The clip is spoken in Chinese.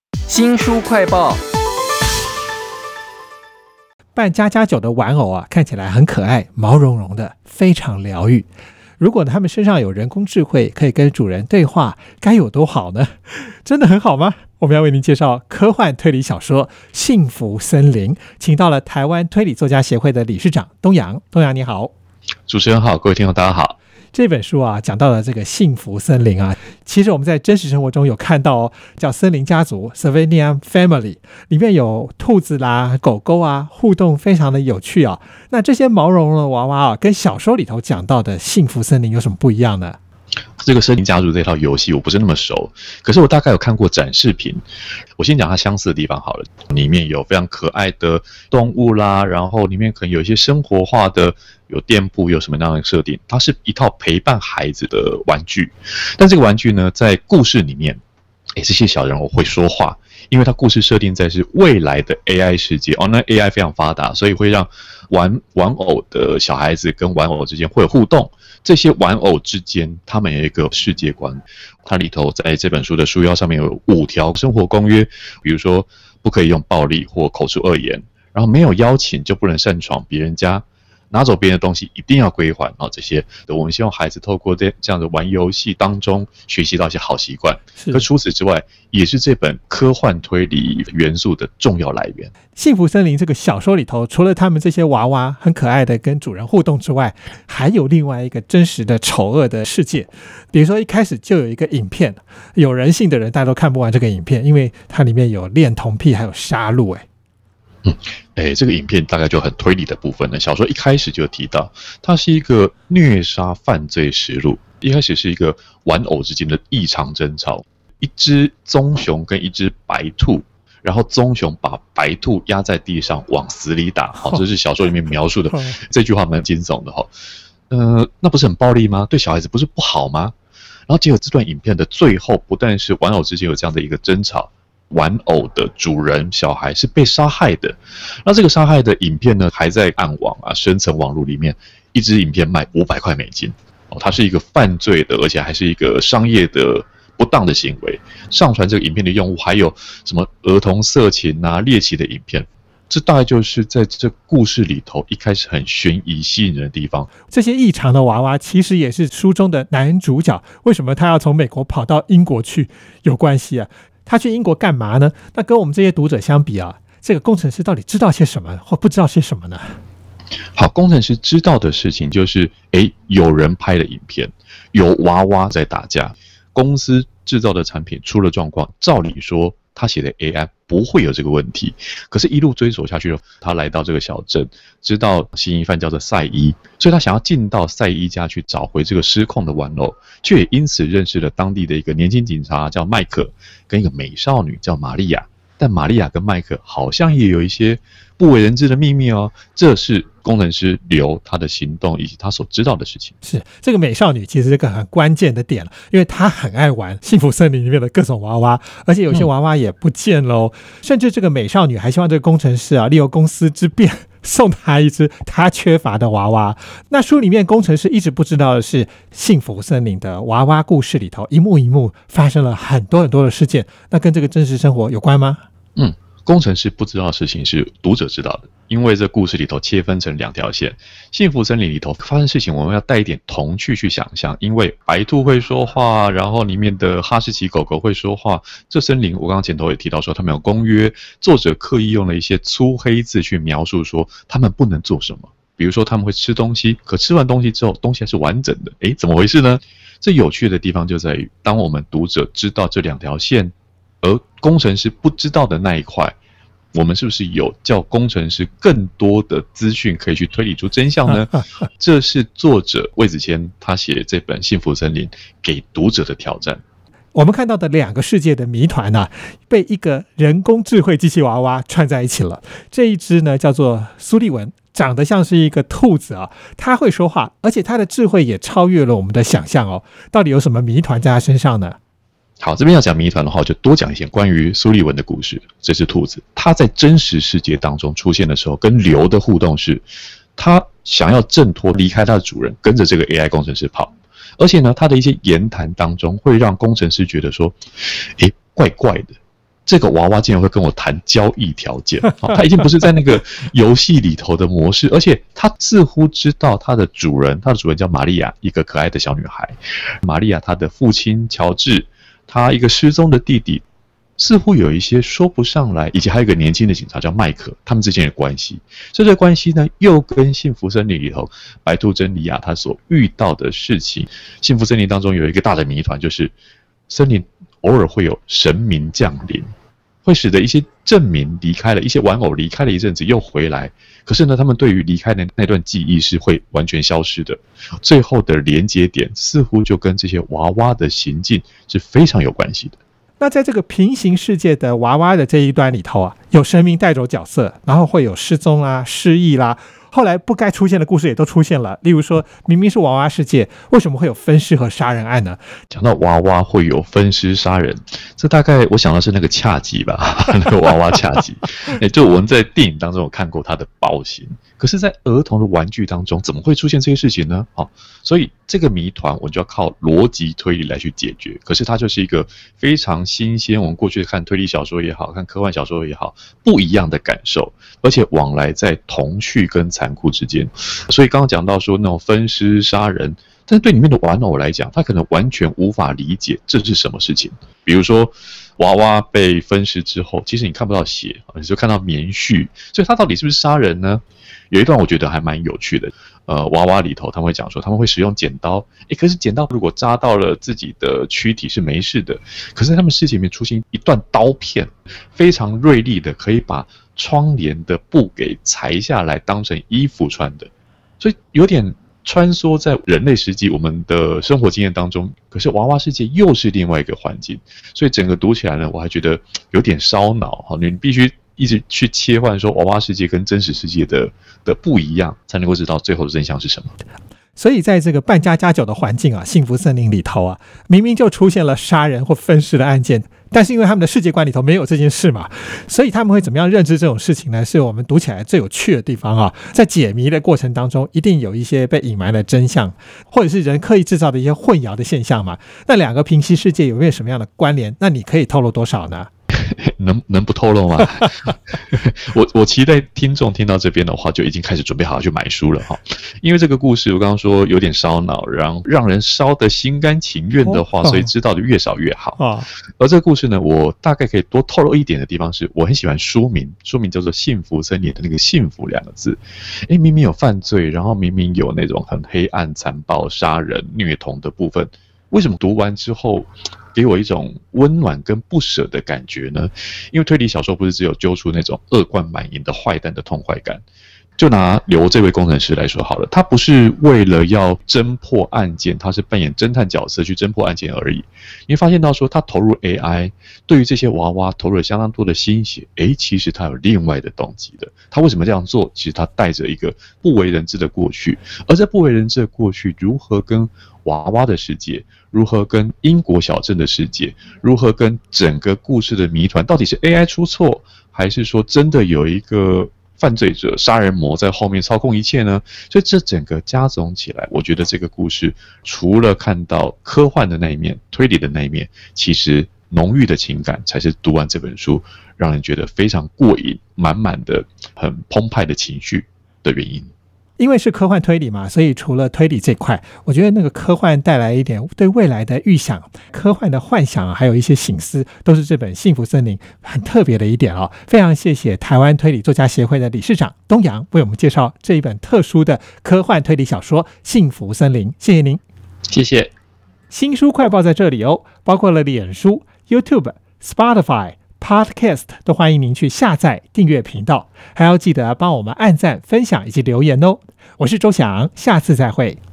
新书快报。 扮家家酒的玩偶啊，看起来很可爱，毛茸茸的，非常疗愈。如果他们身上有人工智慧，可以跟主人对话，该有多好呢？真的很好吗？我们要为您介绍科幻推理小说《幸福森林》，请到了台湾推理作家协会的理事长东阳。东阳你好。 主持人好，各位听众大家好。 这本书啊，讲到了这个幸福森林啊，其实我们在真实生活中有看到哦，叫森林家族 Sylvanian Family， 里面有兔子啦、狗狗啊，互动非常的有趣啊。那这些毛茸茸的娃娃啊，跟小说里头讲到的幸福森林有什么不一样呢？ 这个森林家族这套游戏我不是那么熟，可是我大概有看过展示品。我先讲它相似的地方好了，里面有非常可爱的动物啦，然后里面可能有一些生活化的，有店铺，有什么样的设定。它是一套陪伴孩子的玩具，但这个玩具呢，在故事里面，这些小人偶会说话，因为它故事设定在是未来的 AI 世界哦，那 AI 非常发达，所以会让玩偶的小孩子跟玩偶之间会有互动。这些玩偶之间，他们有一个世界观。它里头在这本书的书腰上面有5条生活公约，比如说不可以用暴力或口出恶言，然后没有邀请就不能擅闯别人家，拿走别人的东西一定要归还。这些我们希望孩子透过这样的玩游戏当中学习到一些好习惯。可除此之外，也是这本科幻推理元素的重要来源。 幸福森林这个小说里头，除了他们这些娃娃很可爱的跟主人互动之外，还有另外一个真实的丑恶的世界。比如说一开始就有一个影片，有人性的人大家都看不完这个影片，因为它里面有恋童癖还有杀戮。 这个影片大概就很推理的部分了。小说一开始就提到，它是一个虐杀犯罪实录。一开始是一个玩偶之间的异常争吵，一只棕熊跟一只白兔，然后棕熊把白兔压在地上往死里打。这是小说里面描述的，这句话蛮惊悚的。那不是很暴力吗？对小孩子不是不好吗？然后结果这段影片的最后，不但是玩偶之间有这样的一个争吵，玩偶的主人小孩是被杀害的。那这个杀害的影片呢，还在暗网深层网络里面，一支影片卖500块美金。它是一个犯罪的，而且还是一个商业的不当的行为。上传这个影片的用户还有什么儿童色情猎奇的影片。这大概就是在这故事里头一开始很悬疑吸引人的地方。 这些异常的娃娃其实也是书中的男主角，为什么他要从美国跑到英国去有关系啊？他去英国干嘛呢？那跟我们这些读者相比啊，这个工程师到底知道些什么或不知道些什么呢？ 好，工程师知道的事情就是，有人拍了影片，有娃娃在打架，公司制造的产品出了状况，照理说他写的 AI 不会有这个问题。可是一路追索下去，他来到这个小镇，知道嫌疑犯叫做赛伊，所以他想要进到赛伊家去找回这个失控的玩偶，却也因此认识了当地的一个年轻警察叫麦克，跟一个美少女叫玛利亚。但玛利亚跟麦克好像也有一些不为人知的秘密哦，这是工程师刘他的行动以及他所知道的事情。 是这个美少女其实是个很关键的点了，因为她很爱玩幸福森林里面的各种娃娃，而且有些娃娃也不见了甚至这个美少女还希望这个工程师利用公司之便送她一只她缺乏的娃娃。那书里面工程师一直不知道的是，幸福森林的娃娃故事里头一幕一幕发生了很多很多的事件，那跟这个真实生活有关吗？ 工程师不知道的事情是读者知道的，因为这故事里头切分成2条线。幸福森林里头发生事情，我们要带一点童趣去想象，因为白兔会说话，然后里面的哈士奇狗狗会说话。这森林我刚刚前头也提到说他们有公约，作者刻意用了一些粗黑字去描述说他们不能做什么，比如说他们会吃东西，可吃完东西之后东西还是完整的，怎么回事呢？这有趣的地方就在于，当我们读者知道这2条线，而工程师不知道的那一块，我们是不是有叫工程师更多的资讯可以去推理出真相呢？这是作者魏子谦他写这本《幸福森林》给读者的挑战。 我们看到的2个世界的谜团被一个人工智慧机器娃娃串在一起了。这一只呢叫做苏利文，长得像是一个兔子它会说话，而且它的智慧也超越了我们的想象到底有什么谜团在它身上呢？ 好，这边要讲谜团的话，就多讲一些关于苏利文的故事。这只兔子，它在真实世界当中出现的时候，跟刘的互动是，它想要挣脱离开它的主人，跟着这个 AI 工程师跑。而且呢，它的一些言谈当中会让工程师觉得说，怪怪的。 这个娃娃竟然会跟我谈交易条件，他已经不是在那个游戏里头的模式，而且他似乎知道他的主人叫玛利亚，一个可爱的小女孩。玛利亚她的父亲乔治，他一个失踪的弟弟，似乎有一些说不上来，以及还有一个年轻的警察叫麦克，他们之间的关系。这个关系呢，又跟幸福森林里头白兔珍妮亚她所遇到的事情，幸福森林当中有一个大的谜团，就是森林偶尔会有神明降临，会使得一些镇民离开了，一些玩偶离开了一阵子又回来，可是呢，他们对于离开的那段记忆是会完全消失的。最后的连接点似乎就跟这些娃娃的行径是非常有关系的。 那在这个平行世界的娃娃的这一端里头啊，有神明带走角色，然后会有失踪啊、失忆啦，后来不该出现的故事也都出现了。例如说，明明是娃娃世界，为什么会有分尸和杀人案呢？ 讲到娃娃会有分尸杀人，这大概我想到是那个恰吉吧，那个娃娃恰吉。就我们在电影当中有看过他的暴行，可是在儿童的玩具当中怎么会出现这些事情呢？所以这个谜团我们就要靠逻辑推理来去解决。可是它就是一个非常新鲜，我们过去看推理小说也好，看科幻小说也好，不一样的感受，而且往来在童趣跟残酷之间。所以刚刚讲到说那种分尸杀人，但是对里面的玩偶来讲，他可能完全无法理解这是什么事情。比如说娃娃被分尸之后，其实你看不到血，你就看到棉絮，所以他到底是不是杀人呢？有一段我觉得还蛮有趣的，娃娃里头他们会讲说他们会使用剪刀，可是剪刀如果扎到了自己的躯体是没事的，可是他们尸体里面出现一段刀片，非常锐利的，可以把窗帘的布给裁下来当成衣服穿的，所以有点穿梭在人类实际我们的生活经验当中，可是娃娃世界又是另外一个环境，所以整个读起来呢，我还觉得有点烧脑，你必须一直去切换说娃娃世界跟真实世界的不一样，才能够知道最后的真相是什么。 所以在这个扮家家酒的环境啊，幸福森林里头啊，明明就出现了杀人或分尸的案件，但是因为他们的世界观里头没有这件事嘛，所以他们会怎么样认知这种事情呢？是我们读起来最有趣的地方啊。在解谜的过程当中，一定有一些被隐瞒的真相，或者是人刻意制造的一些混淆的现象嘛。那两个平行世界有没有什么样的关联？那你可以透露多少呢？ 能不透露吗？我期待听众听到这边的话就已经开始准备好去买书了哈，因为这个故事我刚刚说有点烧脑，让人烧得心甘情愿的话，所以知道的越少越好。而这个故事呢，我大概可以多透露一点的地方是，我很喜欢书名叫做《幸福森林》的那个“幸福”两个字。明明有犯罪，然后明明有那种很黑暗、残暴、杀人、虐童的部分，为什么读完之后给我一种温暖跟不舍的感觉呢？因为推理小说不是只有揪出那种恶贯满盈的坏蛋的痛快感。就拿刘这位工程师来说好了，他不是为了要侦破案件，他是扮演侦探角色去侦破案件而已。你会发现到说他投入 AI， 对于这些娃娃投入了相当多的心血，其实他有另外的动机的。他为什么这样做？其实他带着一个不为人知的过去，而这不为人知的过去如何跟娃娃的世界，如何跟英国小镇的世界，如何跟整个故事的谜团，到底是 AI 出错，还是说真的有一个犯罪者杀人魔在后面操控一切呢？所以这整个加总起来，我觉得这个故事除了看到科幻的那一面，推理的那一面，其实浓郁的情感才是读完这本书让人觉得非常过瘾，满满的很澎湃的情绪的原因。 因为是科幻推理嘛，所以除了推理这块，我觉得那个科幻带来一点对未来的预想，科幻的幻想，还有一些省思，都是这本《幸福森林》很特别的一点哦。非常谢谢台湾推理作家协会的理事长东阳为我们介绍这一本特殊的科幻推理小说《幸福森林》，谢谢您。 谢谢。 新书快报在这里哦，包括了脸书、YouTube、Spotify、Podcast 都欢迎您去下载订阅频道，还要记得帮我们按赞、分享以及留言哦。我是周翔，下次再会。